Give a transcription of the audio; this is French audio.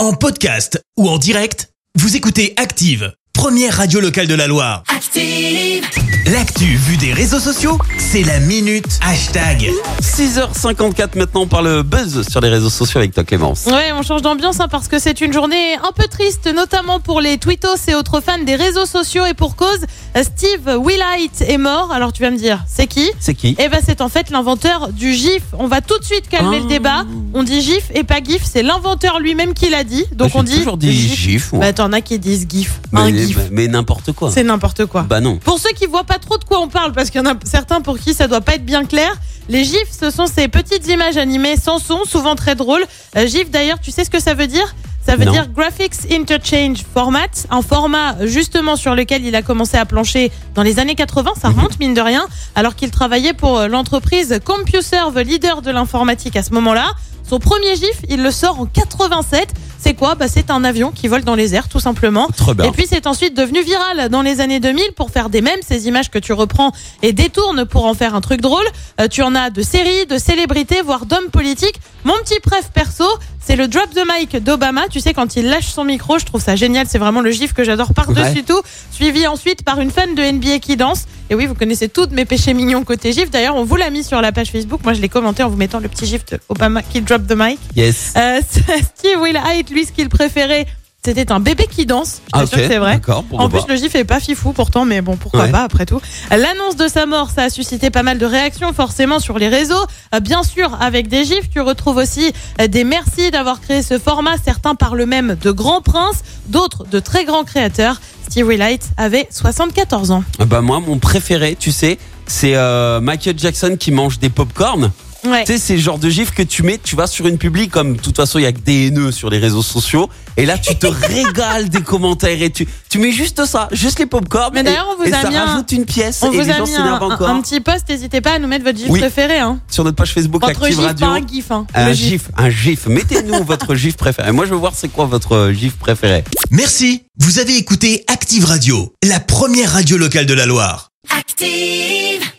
En podcast ou en direct, vous écoutez Active, première radio locale de la Loire. Active! L'actu vue des réseaux sociaux, c'est la minute hashtag. 6h54 maintenant, on parle buzz sur les réseaux sociaux avec toi Clémence. Ouais, on change d'ambiance parce que c'est une journée un peu triste, notamment pour les tweetos et autres fans des réseaux sociaux, et pour cause, Steve Wilhite est mort. Alors tu vas me dire, c'est qui ? C'est qui ? Eh ben c'est en fait l'inventeur du GIF. On va tout de suite calmer le débat. On dit GIF et pas GIF, c'est l'inventeur lui-même qui l'a dit. Donc on dit toujours dit GIF. Bah t'en as qui disent GIF. Mais n'importe quoi. C'est n'importe quoi. Bah non. Pour ceux qui voient pas trop de quoi on parle, parce qu'il y en a certains pour qui ça doit pas être bien clair, les GIFs, ce sont ces petites images animées sans son, souvent très drôles. GIF d'ailleurs, tu sais ce que ça veut dire ? Ça veut dire Graphics Interchange Format, un format justement sur lequel il a commencé à plancher dans les années 80, ça remonte mine de rien, alors qu'il travaillait pour l'entreprise CompuServe, leader de l'informatique à ce moment-là. Son premier GIF, il le sort en 87. C'est quoi ? C'est un avion qui vole dans les airs, tout simplement. Trop bien. Et puis c'est ensuite devenu viral dans les années 2000 pour faire des mèmes, ces images que tu reprends et détournes pour en faire un truc drôle. Tu en as de séries, de célébrités, voire d'hommes politiques. Mon petit préf perso, c'est le drop the mic d'Obama. Tu sais, quand il lâche son micro, je trouve ça génial. C'est vraiment le GIF que j'adore par-dessus tout. Suivi ensuite par une fan de NBA qui danse. Et oui, vous connaissez tous mes péchés mignons côté GIF. D'ailleurs, on vous l'a mis sur la page Facebook. Moi, je l'ai commenté en vous mettant le petit GIF d'Obama qui drop the mic. Yes. Steve Wilhite, lui, ce qu'il préférait, c'était un bébé qui danse. Je suis sûre que c'est vrai. En plus, le GIF est pas fifou pourtant, mais bon, pourquoi pas après tout. L'annonce de sa mort, ça a suscité pas mal de réactions forcément sur les réseaux. Bien sûr, avec des GIFs, tu retrouves aussi des merci d'avoir créé ce format. Certains parlent même de grands princes, d'autres de très grands créateurs. Steve Wilhite avait 74 ans. Moi, mon préféré, tu sais, c'est Michael Jackson qui mange des pop-corn. Ouais. Tu sais, c'est le genre de gif que tu mets, tu vas sur une publi, comme de toute façon il y a que des haineux sur les réseaux sociaux, et là tu te régales des commentaires et tu mets juste ça, juste les pop-corn. Mais d'ailleurs on vous a mis rajoute une pièce on et vous les a gens mis s'énervent encore. un petit post, n'hésitez pas à nous mettre votre gif préféré sur notre page Facebook votre Active gif, Radio. pas un gif, un gif. Mettez-nous votre gif préféré. Moi je veux voir c'est quoi votre gif préféré. Merci. Vous avez écouté Active Radio, la première radio locale de la Loire. Active!